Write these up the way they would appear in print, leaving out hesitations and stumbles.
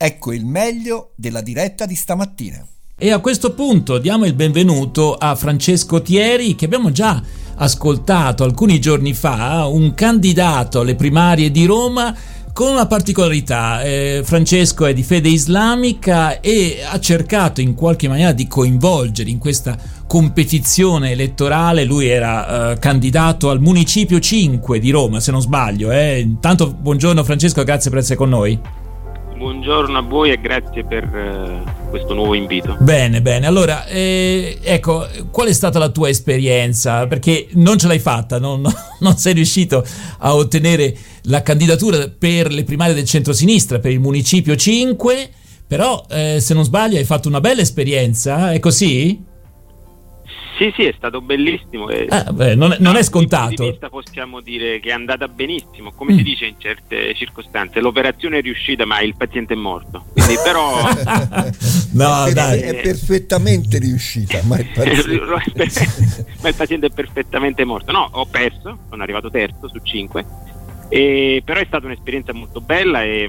Ecco il meglio della diretta di stamattina. E a questo punto diamo il benvenuto a Francesco Thieri, che abbiamo già ascoltato alcuni giorni fa, un candidato alle primarie di Roma con una particolarità. Francesco è di fede islamica e ha cercato in qualche maniera di coinvolgere in questa competizione elettorale. Lui era candidato al Municipio 5 di Roma, se non sbaglio. Intanto buongiorno Francesco, grazie per essere con noi. Buongiorno a voi e grazie per questo nuovo invito. Bene, allora ecco, qual è stata la tua esperienza? Perché non ce l'hai fatta, non sei riuscito a ottenere la candidatura per le primarie del centro-sinistra, per il Municipio 5, però se non sbaglio hai fatto una bella esperienza, è così? Sì, è stato bellissimo. Non è scontato. Da questo punto di vista possiamo dire che è andata benissimo, come si dice in certe circostanze. L'operazione è riuscita, ma il paziente è morto. Quindi, però no, dai, è perfettamente riuscita, ma il paziente è perfettamente morto. No, ho perso, sono arrivato terzo su 5, però è stata un'esperienza molto bella e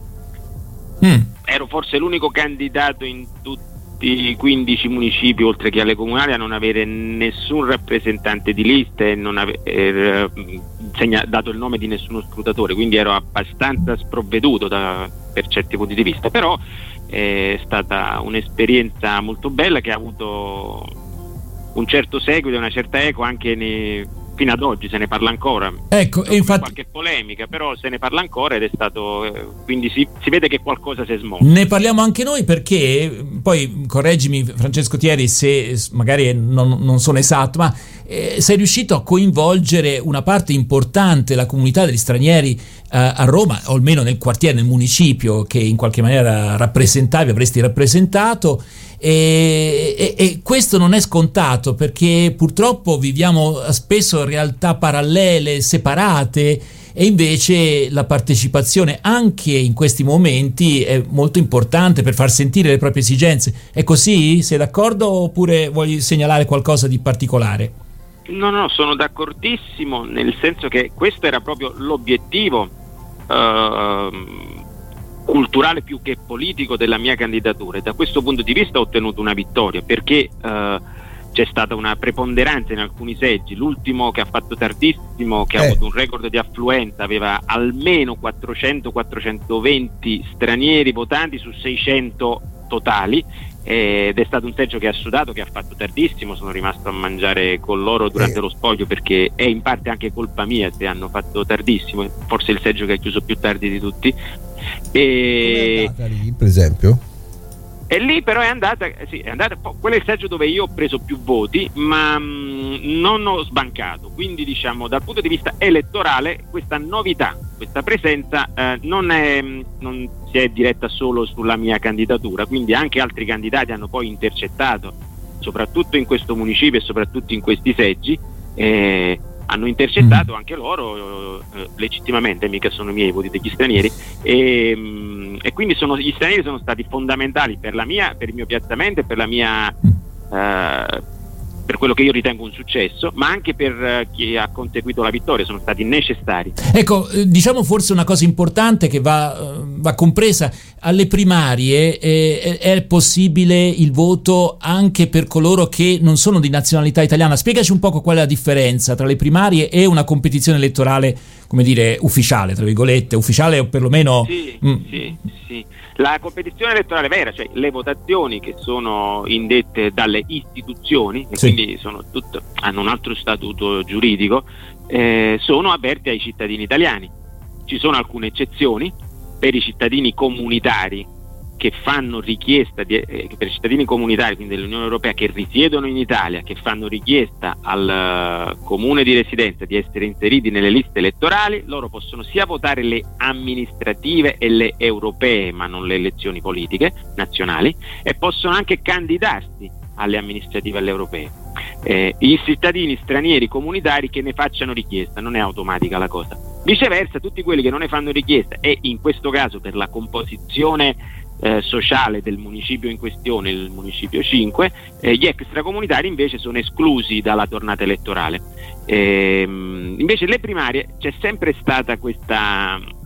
ero forse l'unico candidato in tutti i 15 municipi, oltre che alle comunali, a non avere nessun rappresentante di lista e non aver dato il nome di nessuno scrutatore, quindi ero abbastanza sprovveduto per certi punti di vista, però è stata un'esperienza molto bella che ha avuto un certo seguito e una certa eco anche fino ad oggi. Se ne parla ancora, ecco, e infatti qualche polemica, però se ne parla ancora ed è stato, quindi si vede che qualcosa si è smosso. Ne parliamo anche noi, perché poi correggimi Francesco Thieri se magari non sono esatto, ma sei riuscito a coinvolgere una parte importante della comunità degli stranieri a Roma, o almeno nel quartiere, nel municipio che in qualche maniera avresti rappresentato. E questo non è scontato, perché purtroppo viviamo spesso realtà parallele, separate, e invece la partecipazione anche in questi momenti è molto importante per far sentire le proprie esigenze. È così? Sei d'accordo oppure vuoi segnalare qualcosa di particolare? No, sono d'accordissimo, nel senso che questo era proprio l'obiettivo culturale più che politico della mia candidatura, e da questo punto di vista ho ottenuto una vittoria, perché c'è stata una preponderanza in alcuni seggi. L'ultimo, che ha fatto tardissimo, che ha avuto un record di affluenza, aveva almeno 400-420 stranieri votanti su 600 totali, ed è stato un seggio che ha sudato, che ha fatto tardissimo. Sono rimasto a mangiare con loro durante lo spoglio, perché è in parte anche colpa mia se hanno fatto tardissimo, forse il seggio che ha chiuso più tardi di tutti. Come è andata lì, per esempio? E lì però è andata, quello è il seggio dove io ho preso più voti, ma non ho sbancato, quindi diciamo dal punto di vista elettorale questa novità, questa presenza non si è diretta solo sulla mia candidatura, quindi anche altri candidati hanno poi intercettato, soprattutto in questo municipio e soprattutto in questi seggi, hanno intercettato anche loro legittimamente, mica sono miei voti degli stranieri, e quindi gli stranieri sono stati fondamentali per il mio piazzamento e per la mia per quello che io ritengo un successo, ma anche per chi ha conseguito la vittoria, sono stati necessari. Ecco, diciamo forse una cosa importante che va compresa: alle primarie è possibile il voto anche per coloro che non sono di nazionalità italiana. Spiegaci un poco qual è la differenza tra le primarie e una competizione elettorale, come dire, ufficiale, tra virgolette, ufficiale o perlomeno... Sì. La competizione elettorale vera, cioè le votazioni che sono indette dalle istituzioni, e quindi hanno un altro statuto giuridico, sono aperte ai cittadini italiani. Ci sono alcune eccezioni per i cittadini comunitari che fanno richiesta per i cittadini comunitari, quindi dell'Unione Europea, che risiedono in Italia, che fanno richiesta al comune di residenza di essere inseriti nelle liste elettorali. Loro possono sia votare le amministrative e le europee, ma non le elezioni politiche nazionali, e possono anche candidarsi alle amministrative e alle europee. I cittadini stranieri comunitari che ne facciano richiesta, non è automatica la cosa. Viceversa, tutti quelli che non ne fanno richiesta, e in questo caso per la composizione sociale del municipio in questione, il municipio 5, gli extracomunitari invece sono esclusi dalla tornata elettorale. Invece le primarie c'è sempre stata questa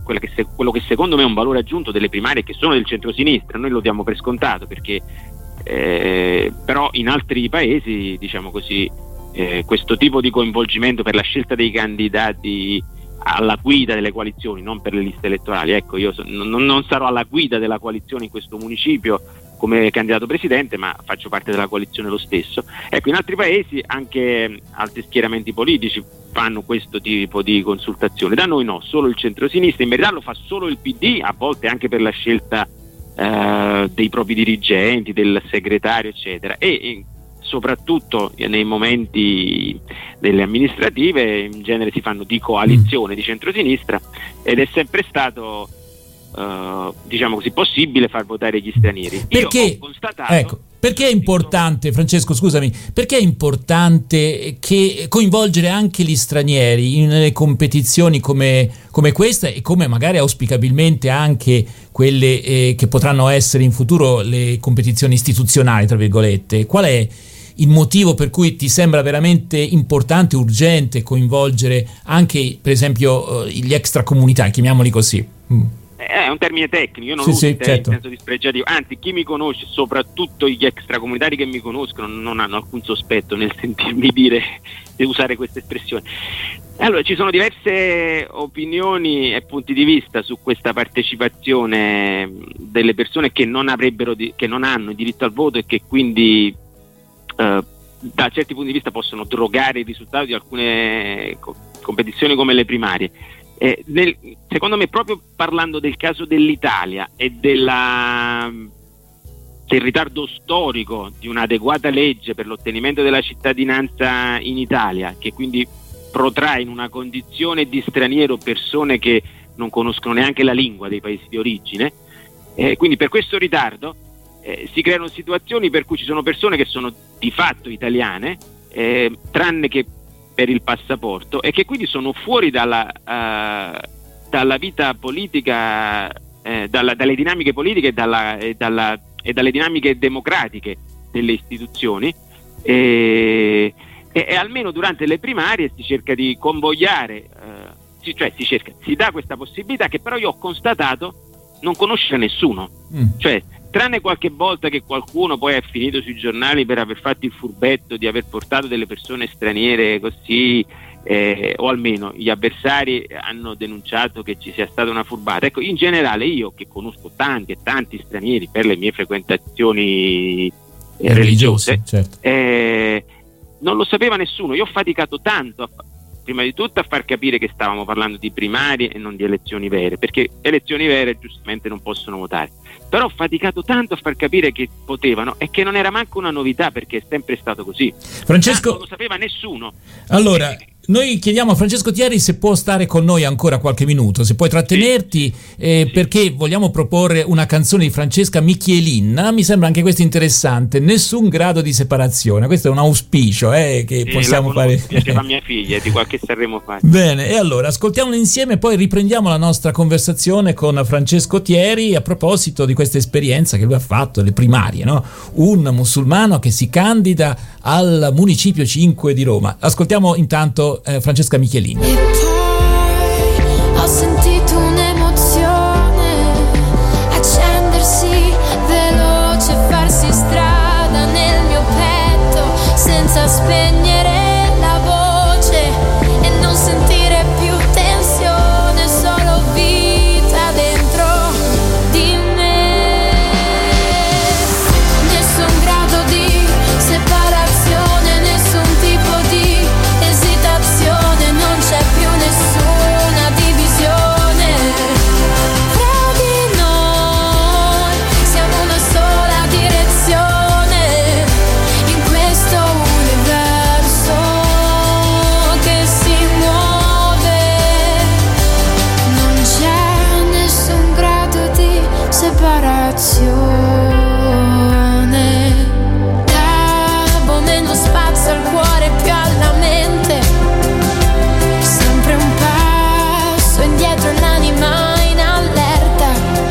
quello che secondo me è un valore aggiunto delle primarie, che sono del centrosinistra. Noi lo diamo per scontato perché però in altri paesi, diciamo così, questo tipo di coinvolgimento per la scelta dei candidati alla guida delle coalizioni, non per le liste elettorali, ecco, io non sarò alla guida della coalizione in questo municipio come candidato presidente, ma faccio parte della coalizione lo stesso. Ecco, in altri paesi anche altri schieramenti politici fanno questo tipo di consultazione. Da noi no, solo il centrosinistra, in verità lo fa solo il PD, a volte anche per la scelta dei propri dirigenti, del segretario, eccetera, e soprattutto nei momenti delle amministrative in genere si fanno di coalizione di centrosinistra, ed è sempre stato diciamo così possibile far votare gli stranieri. Perché, io ho constatato, ecco, perché è importante, Francesco, scusami, perché è importante che coinvolgere anche gli stranieri nelle competizioni come questa, e come magari auspicabilmente anche quelle che potranno essere in futuro le competizioni istituzionali, tra virgolette? Qual è il motivo per cui ti sembra veramente importante, urgente coinvolgere anche, per esempio, gli extracomunitari, chiamiamoli così? È un termine tecnico, io non lo uso certo, in senso dispregiativo, anzi chi mi conosce, soprattutto gli extracomunitari che mi conoscono, non hanno alcun sospetto nel sentirmi dire di usare questa espressione. Allora, ci sono diverse opinioni e punti di vista su questa partecipazione delle persone che non hanno diritto al voto e che quindi da certi punti di vista possono drogare il risultato di alcune competizioni come le primarie. Secondo me, proprio parlando del caso dell'Italia e del ritardo storico di un'adeguata legge per l'ottenimento della cittadinanza in Italia, che quindi protrae in una condizione di straniero persone che non conoscono neanche la lingua dei paesi di origine, quindi per questo ritardo si creano situazioni per cui ci sono persone che sono di fatto italiane, tranne che per il passaporto, e che quindi sono fuori dalla vita politica, dalle dinamiche politiche e dalle dinamiche democratiche delle istituzioni, e almeno durante le primarie si cerca di convogliare, si dà questa possibilità, che però io ho constatato non conosce nessuno, cioè tranne qualche volta che qualcuno poi è finito sui giornali per aver fatto il furbetto di aver portato delle persone straniere così, o almeno gli avversari hanno denunciato che ci sia stata una furbata. Ecco, in generale io, che conosco tanti e tanti stranieri per le mie frequentazioni religiose, certo, non lo sapeva nessuno. Io ho faticato tanto prima di tutto a far capire che stavamo parlando di primarie e non di elezioni vere, perché elezioni vere giustamente non possono votare, però ho faticato tanto a far capire che potevano, e che non era manco una novità, perché è sempre stato così. Francesco, non lo sapeva nessuno. Allora, noi chiediamo a Francesco Thieri se può stare con noi ancora qualche minuto, se puoi trattenerti, sì. Perché vogliamo proporre una canzone di Francesca Michelin. Mi sembra anche questo interessante, Nessun grado di separazione. Questo è un auspicio che possiamo fare. Piaceva a mia figlia, di qualche Sanremo fa. Bene, e allora ascoltiamolo insieme, poi riprendiamo la nostra conversazione con Francesco Thieri a proposito di questa esperienza che lui ha fatto, le primarie, no? Un musulmano che si candida al Municipio 5 di Roma. Ascoltiamo intanto Francesca Michelin. E poi ho sentito un'emozione accendersi veloce, farsi strada nel mio petto senza spegnere la voce e non sentire più tensione, solo vita dentro di me. Nessun grado di separazione, nessun tipo di esitazione, non c'è più nessuna divisione fra di noi, siamo una sola direzione in questo universo che si muove, non c'è nessun grado di separazione. Davo meno spazio al cuore, più alla mente, sempre un passo indietro e l'anima in allerta,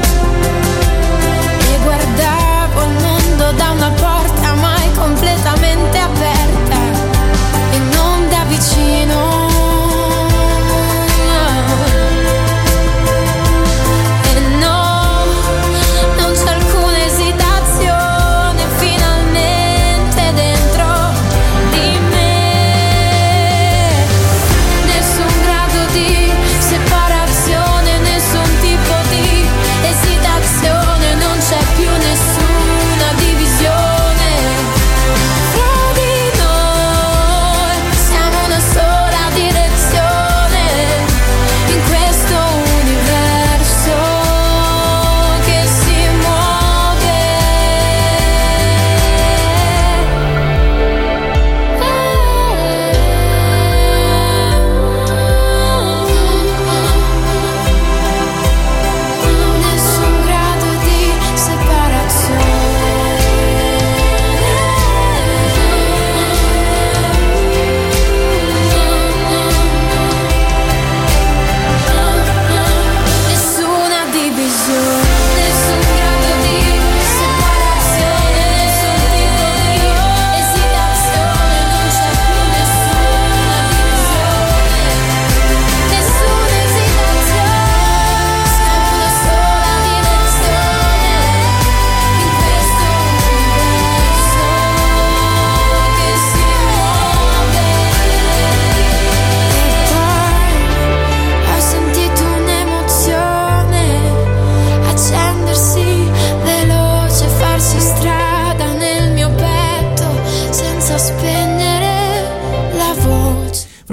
e guardavo il mondo da una porta mai completamente aperta e non da vicino.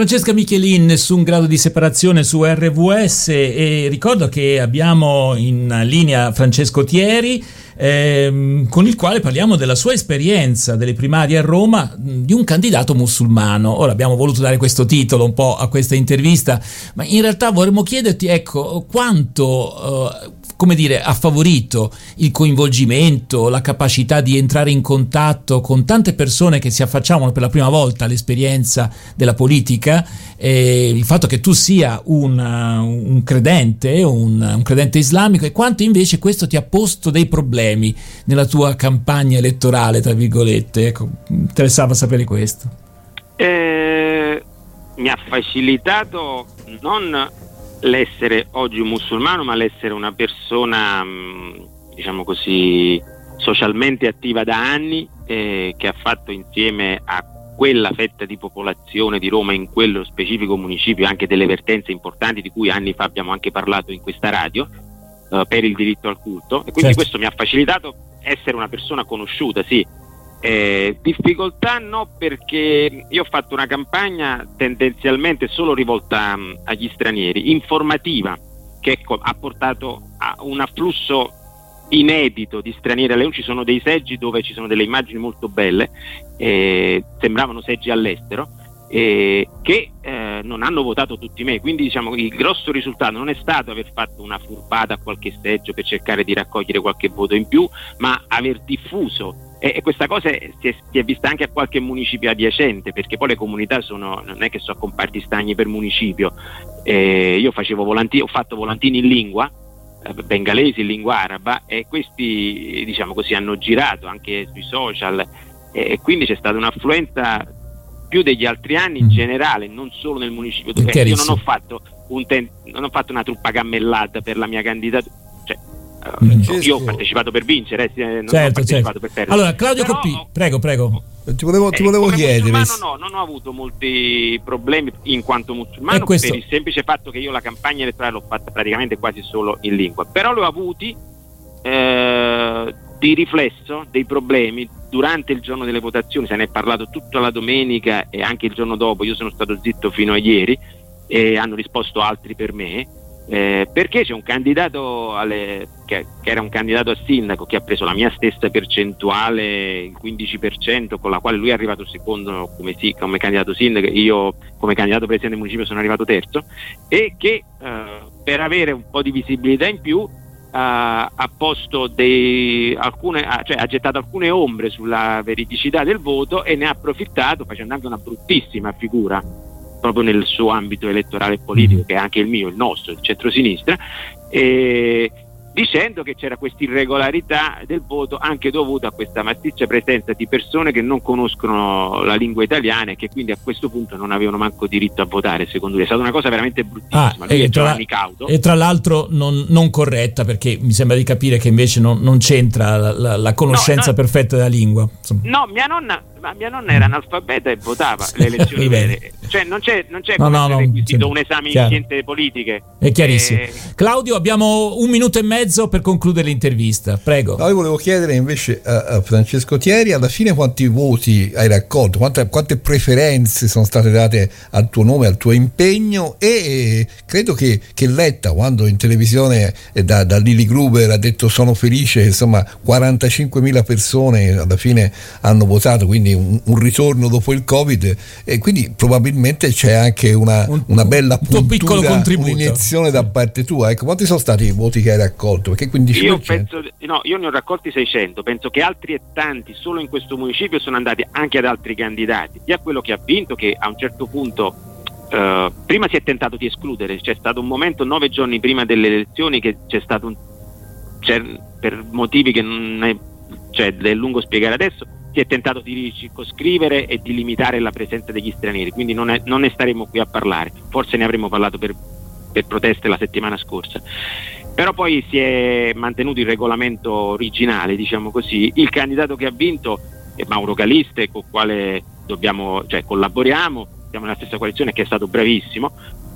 Francesca Michelin, Nessun grado di separazione su RVS, e ricordo che abbiamo in linea Francesco Thieri, con il quale parliamo della sua esperienza delle primarie a Roma di un candidato musulmano. Ora abbiamo voluto dare questo titolo un po' a questa intervista, ma in realtà vorremmo chiederti, ecco, quanto ha favorito il coinvolgimento, la capacità di entrare in contatto con tante persone che si affacciavano per la prima volta all'esperienza della politica, il fatto che tu sia un credente, un credente islamico, e quanto invece questo ti ha posto dei problemi nella tua campagna elettorale, tra virgolette. Ecco, interessava sapere questo. Mi ha facilitato non l'essere oggi un musulmano, ma l'essere una persona, diciamo così, socialmente attiva da anni, che ha fatto insieme a quella fetta di popolazione di Roma, in quello specifico municipio, anche delle vertenze importanti di cui anni fa abbiamo anche parlato in questa radio, per il diritto al culto, e quindi questo mi ha facilitato essere una persona conosciuta, sì. Difficoltà no, perché io ho fatto una campagna tendenzialmente solo rivolta agli stranieri, informativa, che ha portato a un afflusso inedito di stranieri. All'EU ci sono dei seggi dove ci sono delle immagini molto belle, sembravano seggi all'estero, che non hanno votato tutti me, quindi diciamo il grosso risultato non è stato aver fatto una furbata a qualche seggio per cercare di raccogliere qualche voto in più, ma aver diffuso, e questa cosa si è vista anche a qualche municipio adiacente, perché poi le comunità non è che so comparti stagni per municipio. Io ho fatto volantini in lingua bengalesi, in lingua araba, e questi, diciamo così, hanno girato anche sui social, e quindi c'è stata un'affluenza più degli altri anni in generale, non solo nel municipio dove io non ho fatto una truppa cammellata per la mia candidatura, cioè, io ho partecipato per vincere, non ho partecipato per perdere. Allora, Claudio Coppi, prego. Ti volevo chiedere. Non ho avuto molti problemi in quanto musulmano, per il semplice fatto che io la campagna elettorale l'ho fatta praticamente quasi solo in lingua, però l'ho avuti di riflesso dei problemi durante il giorno delle votazioni. Se ne è parlato tutta la domenica e anche il giorno dopo. Io sono stato zitto fino a ieri e hanno risposto altri per me, perché c'è un candidato che era un candidato a sindaco che ha preso la mia stessa percentuale, il 15%, con la quale lui è arrivato secondo come candidato sindaco, io come candidato presidente del municipio sono arrivato terzo, e che per avere un po' di visibilità in più ha posto ha gettato alcune ombre sulla veridicità del voto, e ne ha approfittato facendo anche una bruttissima figura proprio nel suo ambito elettorale e politico, che è anche il mio, il nostro, il centrosinistra, dicendo che c'era questa irregolarità del voto anche dovuta a questa massiccia presenza di persone che non conoscono la lingua italiana e che quindi a questo punto non avevano manco diritto a votare. Secondo lui è stata una cosa veramente bruttissima. Lui è Giovanni Cauto, e tra l'altro non corretta, perché mi sembra di capire che invece non c'entra la conoscenza perfetta della lingua. Insomma. Mia nonna era analfabeta e votava le elezioni vere. Cioè non c'è requisito un esame in scienze politiche. È chiarissimo. Claudio, abbiamo 1 minuto e mezzo per concludere l'intervista, prego. No, io volevo chiedere invece a Francesco Thieri, alla fine quanti voti hai raccolto, quante preferenze sono state date al tuo nome, al tuo impegno, e credo che Letta, quando in televisione da Lili Gruber ha detto sono felice, insomma 45.000 persone alla fine hanno votato, quindi un ritorno dopo il Covid, e quindi probabilmente c'è anche una bella puntura, un'iniezione da parte tua. Ecco, quanti sono stati i voti che hai raccolto? Perché 15%? Io ne ho raccolti 600, penso che altri e tanti solo in questo municipio sono andati anche ad altri candidati, sia quello che ha vinto, che a un certo punto prima si è tentato di escludere. C'è stato un momento 9 giorni prima delle elezioni che c'è stato per motivi che è lungo spiegare adesso, si è tentato di circoscrivere e di limitare la presenza degli stranieri, quindi non ne staremo qui a parlare, forse ne avremmo parlato per proteste la settimana scorsa, però poi si è mantenuto il regolamento originale, diciamo così. Il candidato che ha vinto è Mauro Caliste, con il quale collaboriamo, siamo nella stessa coalizione, che è stato bravissimo,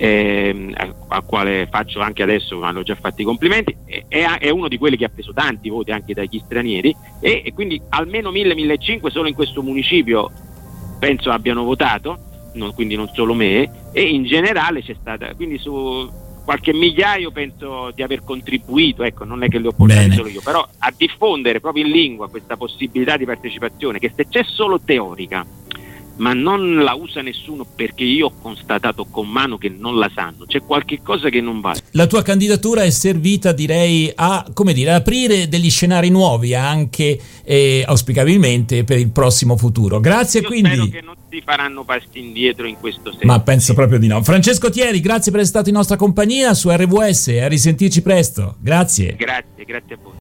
al quale faccio anche adesso, ma l'ho già fatti i complimenti, è uno di quelli che ha preso tanti voti anche dagli stranieri, e quindi almeno 1.000-1.500 solo in questo municipio penso abbiano votato. quindi non solo me, e in generale c'è stata, quindi su qualche migliaio penso di aver contribuito, ecco, non è che li ho portati solo io, però a diffondere proprio in lingua questa possibilità di partecipazione, che se c'è solo teorica ma non la usa nessuno, perché io ho constatato con mano che non la sanno, c'è qualche cosa che non va. La tua candidatura è servita, direi, a, come dire, aprire degli scenari nuovi anche auspicabilmente per il prossimo futuro. Grazie. Io quindi spero che non si faranno passi indietro in questo senso. Ma penso proprio di no. Francesco Thieri, grazie per essere stato in nostra compagnia su RWS, a risentirci presto. Grazie Grazie a voi.